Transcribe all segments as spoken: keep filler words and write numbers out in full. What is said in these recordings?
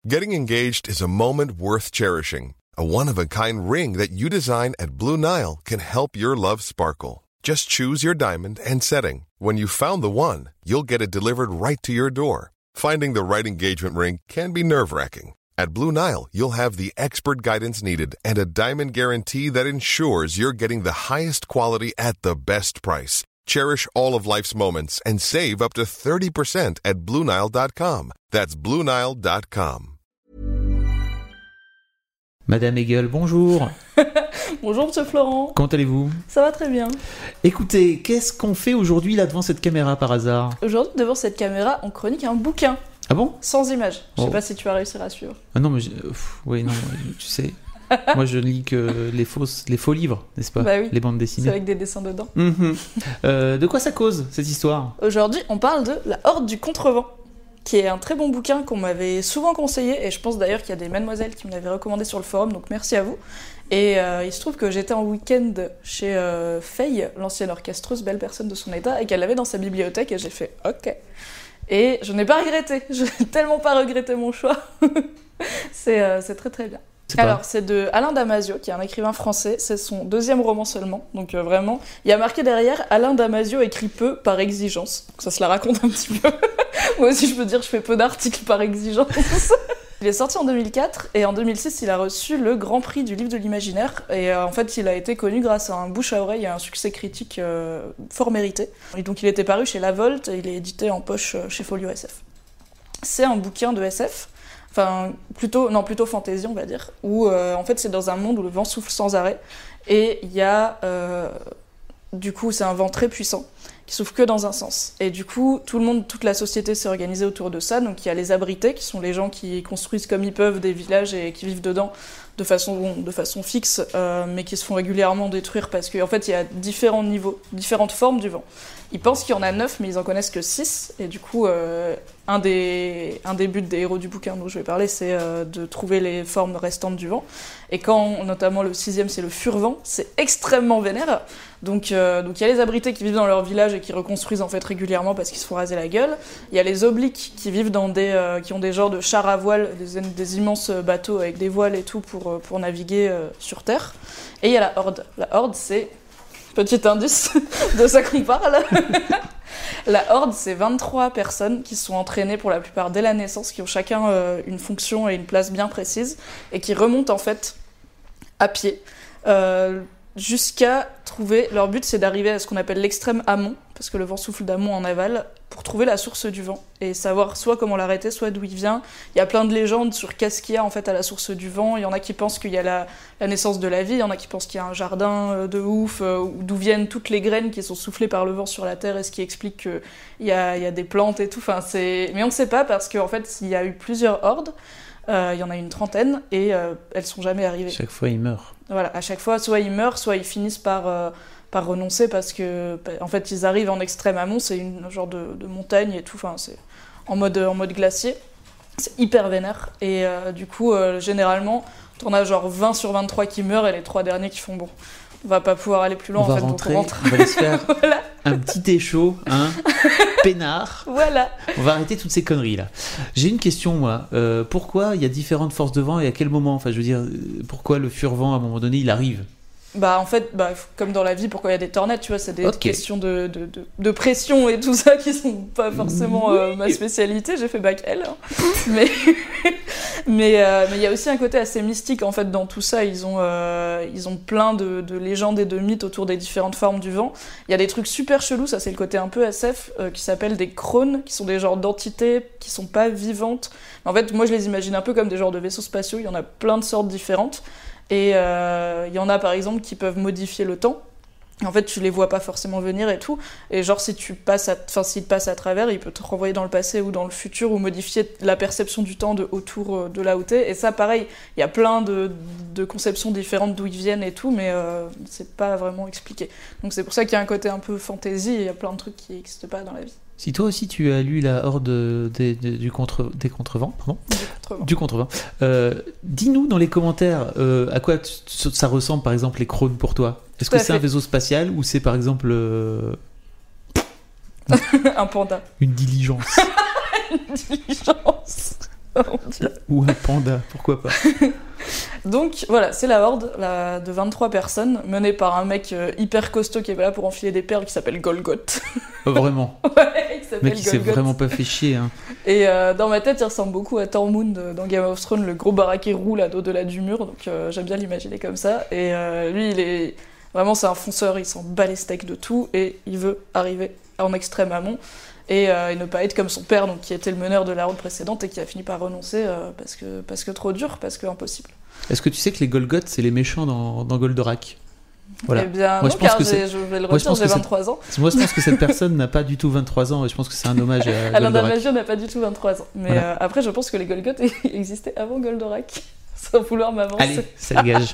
Getting engaged is a moment worth cherishing. A one-of-a-kind ring that you design at Blue Nile can help your love sparkle. Just choose your diamond and setting. When you found the one, you'll get it delivered right to your door. Finding the right engagement ring can be nerve-wracking. At Blue Nile, you'll have the expert guidance needed and a diamond guarantee that ensures you're getting the highest quality at the best price. Cherish all of life's moments and save up to thirty percent at Blue Nile dot com. That's Blue Nile dot com. Madame Hegel, bonjour. Bonjour Monsieur Florent. Comment allez-vous ? Ça va très bien. Écoutez, qu'est-ce qu'on fait aujourd'hui là devant cette caméra par hasard ? Aujourd'hui, devant cette caméra, on chronique un bouquin. Ah bon ? Sans image. Je oh. sais pas si tu vas réussir à suivre. Ah non, mais... Je... Pff, oui, non, tu sais... Moi, je lis que les, fausses, les faux livres, n'est-ce pas ? Bah oui. Les bandes dessinées. C'est avec des dessins dedans. Mmh. Euh, de quoi ça cause, cette histoire ? Aujourd'hui, on parle de La Horde du Contrevent, qui est un très bon bouquin qu'on m'avait souvent conseillé, et je pense d'ailleurs qu'il y a des mademoiselles qui me l'avaient recommandé sur le forum, donc merci à vous. Et euh, il se trouve que j'étais en week-end chez euh, Faye, l'ancienne orchestreuse, belle personne de son état, et qu'elle l'avait dans sa bibliothèque, et j'ai fait « ok ». Et je n'ai pas regretté, je n'ai tellement pas regretté mon choix. c'est, euh, c'est très très bien. C'est Alors, pas... c'est de Alain Damasio, qui est un écrivain français. C'est son deuxième roman seulement. Donc, euh, vraiment, il y a marqué derrière « Alain Damasio écrit peu par exigence ». Donc, ça se la raconte un petit peu. Moi aussi, je peux dire, je fais peu d'articles par exigence. Il est sorti en deux mille quatre, et en deux mille six, il a reçu le Grand Prix du livre de l'imaginaire. Et euh, en fait, il a été connu grâce à un bouche à oreille et à un succès critique euh, fort mérité. Et donc, il était paru chez La Volte, et il est édité en poche chez Folio S F. C'est un bouquin de S F. Enfin, plutôt, non, plutôt fantasy, on va dire, où euh, en fait c'est dans un monde où le vent souffle sans arrêt, et il y a, euh, du coup, c'est un vent très puissant, qui souffle que dans un sens. Et du coup, tout le monde, toute la société s'est organisée autour de ça, donc il y a les abrités, qui sont les gens qui construisent comme ils peuvent des villages et qui vivent dedans de façon, de façon fixe, euh, mais qui se font régulièrement détruire, parce qu'en fait il y a différents niveaux, différentes formes du vent. Ils pensent qu'il y en a neuf, mais ils en connaissent que six, et du coup, euh, un, des, un des buts des héros du bouquin dont je vais parler, c'est euh, de trouver les formes restantes du vent. Et quand, notamment le sixième, c'est le furvent, c'est extrêmement vénère. Donc, euh, donc il y a les abrités qui vivent dans leur village et qui reconstruisent en fait régulièrement parce qu'ils se font raser la gueule. Il y a les obliques qui vivent dans des, euh, qui ont des genres de chars à voile, des, des immenses bateaux avec des voiles et tout pour, pour naviguer euh, sur terre. Et il y a la horde. La horde, c'est... Petit indice de ça qu'on parle. La Horde, c'est vingt-trois personnes qui sont entraînées pour la plupart dès la naissance, qui ont chacun euh, une fonction et une place bien précise, et qui remontent en fait à pied euh, jusqu'à trouver... Leur but, c'est d'arriver à ce qu'on appelle l'extrême amont, parce que le vent souffle d'amont en aval, pour trouver la source du vent, et savoir soit comment l'arrêter, soit d'où il vient. Il y a plein de légendes sur qu'est-ce qu'il y a en fait à la source du vent. Il y en a qui pensent qu'il y a la, la naissance de la vie, il y en a qui pensent qu'il y a un jardin de ouf, euh, d'où viennent toutes les graines qui sont soufflées par le vent sur la terre, et ce qui explique qu'il y a, il y a des plantes et tout. Enfin, c'est... Mais on ne sait pas, parce qu'en fait, il y a eu plusieurs hordes, euh, il y en a une trentaine, et euh, elles ne sont jamais arrivées. Chaque fois, ils meurent. Voilà, à chaque fois, soit ils meurent, soit ils finissent par... Euh, par renoncer, parce que en fait ils arrivent en extrême amont, c'est une genre de, de montagne et tout, enfin c'est en mode en mode glacier, c'est hyper vénère, et euh, du coup euh, généralement t'en as genre vingt sur vingt-trois qui meurent, et les trois derniers qui font bon, on va pas pouvoir aller plus loin, on en va fait, rentrer, donc on rentre. On va aller se faire voilà. Un petit échaud, hein, peinard. Voilà. On va arrêter toutes ces conneries là. J'ai une question moi. Euh, pourquoi il y a différentes forces de vent et à quel moment ? Enfin, je veux dire, pourquoi le furvent à un moment donné il arrive ? Bah en fait, bah, comme dans la vie, pourquoi il y a des tornades, tu vois, c'est des okay. questions de, de, de, de pression et tout ça qui sont pas forcément euh, ma spécialité, j'ai fait bac L, hein. mais mais euh, mais il y a aussi un côté assez mystique en fait dans tout ça. Ils ont euh, ils ont plein de, de légendes et de mythes autour des différentes formes du vent. Il y a des trucs super chelous, ça c'est le côté un peu S F, euh, qui s'appellent des crônes, qui sont des genres d'entités qui sont pas vivantes. En fait, moi je les imagine un peu comme des genres de vaisseaux spatiaux. Il y en a plein de sortes différentes. Et il euh, y en a par exemple qui peuvent modifier le temps. En fait, tu les vois pas forcément venir et tout. Et genre, si tu passes à, enfin, s'il te passe à travers, il peut te renvoyer dans le passé ou dans le futur, ou modifier la perception du temps de autour de là où t'es. Et ça, pareil, il y a plein de, de conceptions différentes d'où ils viennent et tout, mais euh, c'est pas vraiment expliqué. Donc c'est pour ça qu'il y a un côté un peu fantasy, et il y a plein de trucs qui n'existent pas dans la vie. Si toi aussi tu as lu La Horde des, des, du contre, des contrevents, pardon, du contrevent, du contrevent. Euh, dis-nous dans les commentaires euh, à quoi t- ça ressemble par exemple les crônes pour toi. Est-ce Tout que à c'est fait. un vaisseau spatial ou c'est par exemple euh... un panda, une diligence? une diligence. Oh mon Dieu. Ou un panda, pourquoi pas. Donc voilà, c'est la horde la, de vingt-trois personnes, menée par un mec euh, hyper costaud qui est là pour enfiler des perles, qui s'appelle Golgoth. Oh, vraiment. Ouais, il s'appelle Mec, il s'est Golgoth. vraiment pas fait chier. Hein. Et euh, dans ma tête, il ressemble beaucoup à Tormund euh, dans Game of Thrones, le gros baraquet roule à au-delà du mur, donc euh, j'aime bien l'imaginer comme ça. Et euh, lui, il est vraiment, c'est un fonceur, il s'en bat les steaks de tout, et il veut arriver en extrême amont. Et, euh, et ne pas être comme son père, donc, qui était le meneur de la horde précédente et qui a fini par renoncer euh, parce, que, parce que trop dur, parce que impossible. Est-ce que tu sais que les Golgoth, c'est les méchants dans, dans Goldorak? Voilà. Eh bien, Moi, non, je pense car que j'ai- c'est- je vais le Moi, je redire, pense j'ai que c'est- vingt-trois ans. Moi, je pense que cette personne n'a pas du tout vingt-trois ans et je pense que c'est un hommage à Alain Goldorak. Damasio n'a pas du tout vingt-trois ans. Mais Voilà. euh, après, je pense que les Golgoth existaient avant Goldorak, sans vouloir m'avancer. Allez, ça dégage.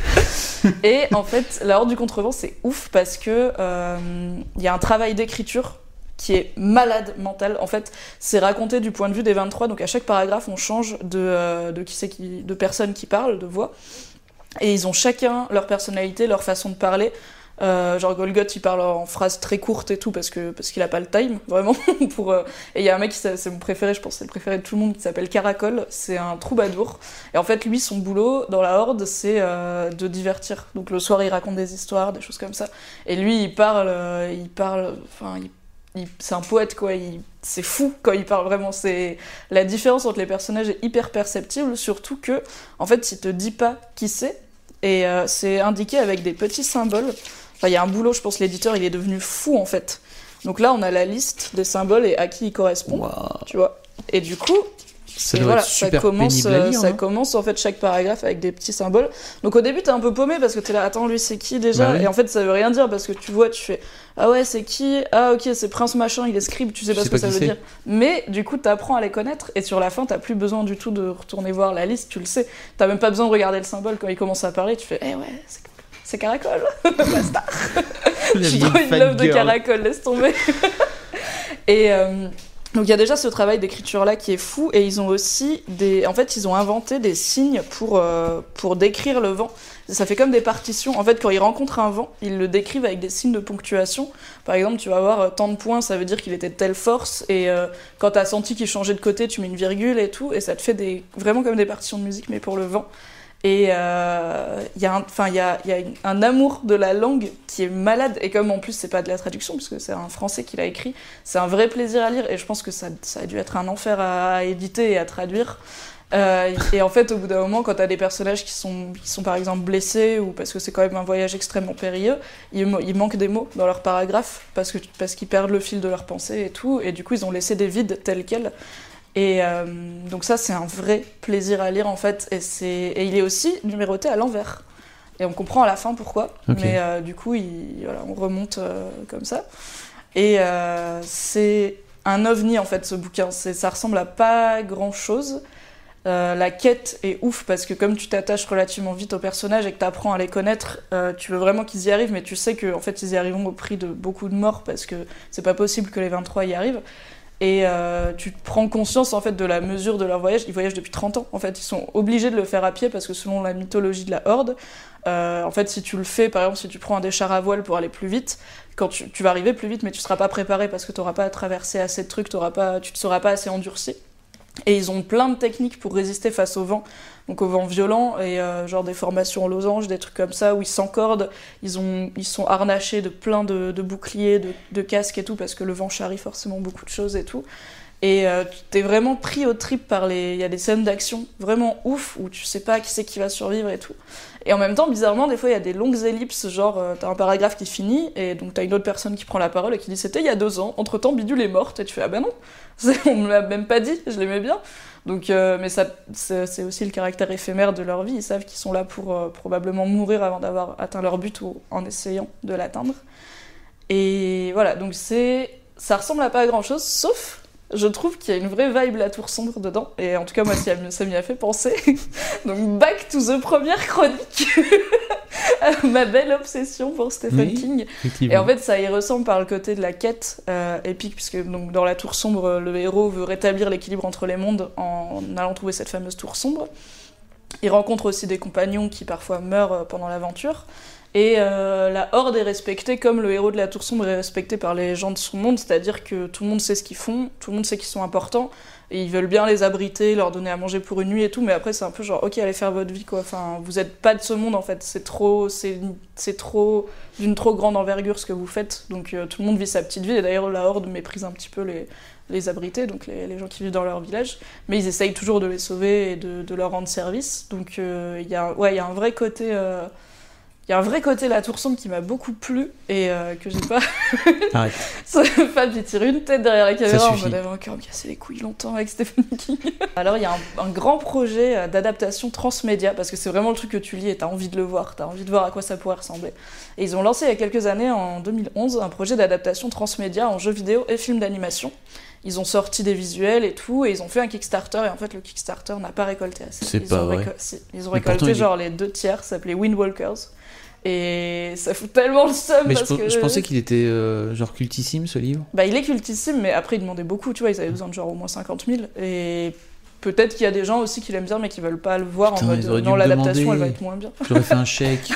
Et en fait, la Horde du Contrevent, c'est ouf parce que euh, il y a un travail d'écriture qui est malade mental. En fait, c'est raconté du point de vue des vingt-trois, donc à chaque paragraphe, on change de, euh, de, qui c'est qui, de personnes qui parlent, de voix. Et ils ont chacun leur personnalité, leur façon de parler. Euh, genre Golgoth, il parle en phrases très courtes et tout parce que parce qu'il a pas le time vraiment pour. Euh... Et il y a un mec qui c'est mon préféré, je pense, c'est le préféré de tout le monde, qui s'appelle Caracol. C'est un troubadour. Et en fait, lui, son boulot dans la Horde, c'est euh, de divertir. Donc le soir, il raconte des histoires, des choses comme ça. Et lui, il parle, euh, il parle, enfin, il Il, c'est un poète quoi, il, c'est fou quand il parle vraiment. C'est la différence entre les personnages est hyper perceptible, surtout que en fait il te dit pas qui c'est et euh, c'est indiqué avec des petits symboles. Enfin il y a un boulot, je pense l'éditeur il est devenu fou en fait. Donc là on a la liste des symboles et à qui ils correspondent, Wow. tu vois. Et du coup Ça et doit voilà, être ça super commence, pénible à lire. ça hein. commence en fait chaque paragraphe avec des petits symboles. Donc au début t'es un peu paumé parce que t'es là, attends lui c'est qui déjà? Bah oui. Et en fait ça veut rien dire parce que tu vois, tu fais ah ouais c'est qui? Ah ok c'est Prince machin, il est scribe, tu sais pas Je ce sais que pas ça qui veut c'est. dire. Mais du coup t'apprends à les connaître et sur la fin t'as plus besoin du tout de retourner voir la liste, tu le sais. T'as même pas besoin de regarder le symbole quand il commence à parler, tu fais eh ouais c'est, c'est Caracol, basta. La J'ai vieille trop une love de fangirl. Caracol, laisse tomber. Et euh, donc il y a déjà ce travail d'écriture là qui est fou et ils ont aussi des, en fait ils ont inventé des signes pour euh, pour décrire le vent. Ça fait comme des partitions. En fait quand ils rencontrent un vent, ils le décrivent avec des signes de ponctuation. Par exemple tu vas avoir euh, tant de points, ça veut dire qu'il était de telle force et euh, quand t'as senti qu'il changeait de côté, tu mets une virgule et tout et ça te fait des vraiment comme des partitions de musique mais pour le vent. Et il euh, y a, un, enfin, y a, y a un amour de la langue qui est malade. Et comme en plus, c'est pas de la traduction, puisque c'est un Français qui l'a écrit, c'est un vrai plaisir à lire. Et je pense que ça, ça a dû être un enfer à, à éditer et à traduire. Euh, et en fait, au bout d'un moment, quand t'as des personnages qui sont, qui sont par exemple blessés, ou parce que c'est quand même un voyage extrêmement périlleux, il, il manque des mots dans leurs paragraphes, parce, que, parce qu'ils perdent le fil de leurs pensées et tout. Et du coup, ils ont laissé des vides tels quels. Et euh, donc ça, c'est un vrai plaisir à lire en fait, et, c'est... et il est aussi numéroté à l'envers. Et on comprend à la fin pourquoi, Ok. mais euh, du coup, il... voilà, on remonte euh, comme ça. Et euh, c'est un ovni en fait, ce bouquin. C'est... Ça ressemble à pas grand-chose. Euh, la quête est ouf parce que comme tu t'attaches relativement vite aux personnages et que tu apprends à les connaître, euh, tu veux vraiment qu'ils y arrivent, mais tu sais qu'en en fait, ils y arriveront au prix de beaucoup de morts parce que c'est pas possible que les vingt-trois y arrivent. Et euh, tu prends conscience en fait de la mesure de leur voyage. Ils voyagent depuis trente ans. En fait, ils sont obligés de le faire à pied parce que selon la mythologie de la Horde, euh, en fait, si tu le fais, par exemple, si tu prends un des chars à voile pour aller plus vite, quand tu, tu vas arriver plus vite, mais tu seras pas préparé parce que tu n'auras pas traversé assez de trucs, t'auras pas, tu ne seras pas assez endurci. Et ils ont plein de techniques pour résister face au vent, donc au vent violent, et euh, genre des formations en losange, des trucs comme ça, où ils s'encordent, ils, ont, ils sont harnachés de plein de, de boucliers, de, de casques et tout, parce que le vent charrie forcément beaucoup de choses et tout. Et euh, t'es vraiment pris au trip par les... Il y a des scènes d'action vraiment ouf, où tu sais pas qui c'est qui va survivre et tout. Et en même temps, bizarrement, des fois, il y a des longues ellipses, genre, euh, t'as un paragraphe qui finit, et donc t'as une autre personne qui prend la parole et qui dit « C'était il y a deux ans, entre-temps, Bidule est morte », et tu fais « Ah ben non, on me l'a même pas dit, je l'aimais bien ». Donc, euh, mais ça, c'est, c'est aussi le caractère éphémère de leur vie, ils savent qu'ils sont là pour euh, probablement mourir avant d'avoir atteint leur but ou en essayant de l'atteindre. Et voilà, donc c'est... ça ressemble à pas à grand-chose, sauf... Je trouve qu'il y a une vraie vibe La Tour Sombre dedans, et en tout cas moi ça m'y a fait penser. Donc back to the première chronique, ma belle obsession pour Stephen Oui, King. Effectivement. Et en fait ça y ressemble par le côté de la quête euh, épique, puisque donc, dans La Tour Sombre, le héros veut rétablir l'équilibre entre les mondes en allant trouver cette fameuse Tour Sombre. Il rencontre aussi des compagnons qui parfois meurent pendant l'aventure. Et euh, la Horde est respectée comme le héros de la Tour Sombre est respecté par les gens de son monde, c'est-à-dire que tout le monde sait ce qu'ils font, tout le monde sait qu'ils sont importants, et ils veulent bien les abriter, leur donner à manger pour une nuit et tout, mais après c'est un peu genre, ok, allez faire votre vie, quoi. Enfin, vous êtes pas de ce monde, en fait, c'est trop, c'est, c'est trop, d'une trop grande envergure ce que vous faites, donc euh, tout le monde vit sa petite vie, et d'ailleurs la Horde méprise un petit peu les, les abrités, donc les, les gens qui vivent dans leur village, mais ils essayent toujours de les sauver et de, de leur rendre service, donc il euh, y a, ouais, y a un vrai côté... Euh, Il y a un vrai côté La Tour Sombre qui m'a beaucoup plu et euh, que j'ai pas. Arrête. Fab, il tire une tête derrière la caméra en suffit. mode avait encore me casser les couilles longtemps avec Stephen King. Alors il y a un, un grand projet d'adaptation transmédia parce que c'est vraiment le truc que tu lis et t'as envie de le voir, t'as envie de voir à quoi ça pourrait ressembler. Et ils ont lancé il y a quelques années, en deux mille onze, un projet d'adaptation transmédia en jeux vidéo et films d'animation. Ils ont sorti des visuels et tout, et ils ont fait un Kickstarter, et en fait le Kickstarter n'a pas récolté assez. C'est ils pas ont vrai. réco- si, Ils ont Mais récolté pourtant, il est- genre les deux tiers, ça s'appelait Windwalkers. Et ça fout tellement le seum Mais je, parce pe- que... je pensais qu'il était euh, genre cultissime ce livre. Bah il est cultissime, mais après il demandait beaucoup, tu vois, ils avaient besoin de genre au moins cinquante mille, et peut-être qu'il y a des gens aussi qui l'aiment bien mais qui veulent pas le voir Putain, en ils auraient mode dû non, me l'adaptation demander. elle va être moins bien. J'aurais fait un chèque.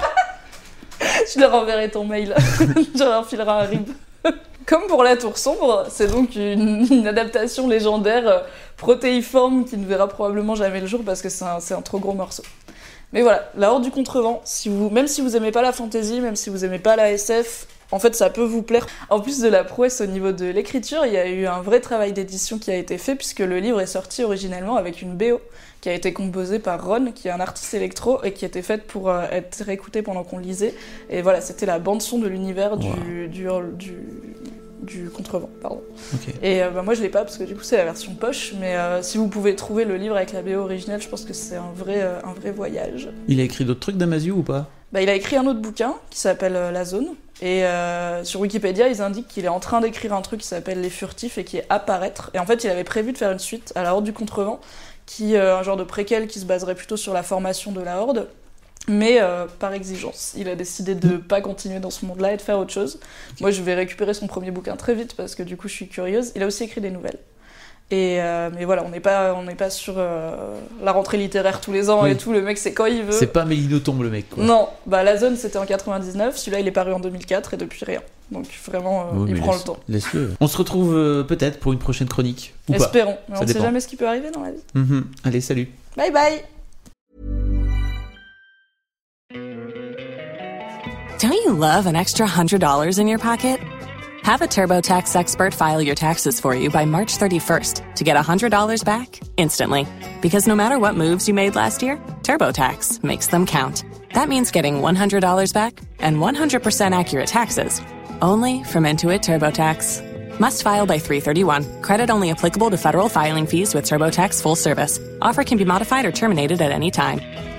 Je leur enverrai ton mail, je leur filerai un rib. Comme pour La Tour Sombre, c'est donc une, une adaptation légendaire euh, protéiforme qui ne verra probablement jamais le jour parce que c'est un, c'est un trop gros morceau. Mais voilà, La Horde du Contrevent, si vous, même si vous aimez pas la fantasy, même si vous aimez pas la S F, en fait ça peut vous plaire. En plus de la prouesse au niveau de l'écriture, il y a eu un vrai travail d'édition qui a été fait puisque le livre est sorti originellement avec une B O qui a été composée par Ron, qui est un artiste électro et qui était faite pour euh, être réécoutée pendant qu'on lisait. Et voilà, c'était la bande-son de l'univers du, Wow. du, du, du Contrevent, pardon. Ok. Et euh, bah, moi je l'ai pas parce que du coup c'est la version poche, mais euh, si vous pouvez trouver le livre avec la B O originale, je pense que c'est un vrai, euh, un vrai voyage. Il a écrit d'autres trucs Damasio ou pas? Bah, il a écrit un autre bouquin qui s'appelle euh, La Zone, et euh, sur Wikipédia ils indiquent qu'il est en train d'écrire un truc qui s'appelle Les Furtifs et qui est à paraître. Et en fait il avait prévu de faire une suite à La Horde du Contrevent, qui euh, un genre de préquel qui se baserait plutôt sur la formation de la Horde. Mais euh, par exigence, il a décidé de pas continuer dans ce monde-là et de faire autre chose. Okay. Moi, je vais récupérer son premier bouquin très vite parce que du coup, je suis curieuse. Il a aussi écrit des nouvelles. Et euh, mais voilà, on n'est pas, on n'est pas sur euh, la rentrée littéraire tous les ans oui. et tout. Le mec, c'est quand il veut. C'est pas Mélino Tombe le mec, quoi. Non, bah La Zone, c'était en quatre-vingt-dix-neuf. Celui-là, il est paru en deux mille quatre et depuis rien. Donc vraiment, euh, oui, il prend laisse, le temps. Laisse-le. On se retrouve euh, peut-être pour une prochaine chronique. Ou Espérons. Pas. Mais Ça on ne dépend. sait jamais ce qui peut arriver dans la vie. Mm-hmm. Allez, salut. Bye bye. Don't you love an extra one hundred dollars in your pocket? Have a TurboTax expert file your taxes for you by March thirty-first to get one hundred dollars back instantly. Because no matter what moves you made last year, TurboTax makes them count. That means getting one hundred dollars back and one hundred percent accurate taxes. Only from Intuit TurboTax. Must file by three thirty-one. Credit only applicable to federal filing fees with TurboTax full service. Offer can be modified or terminated at any time.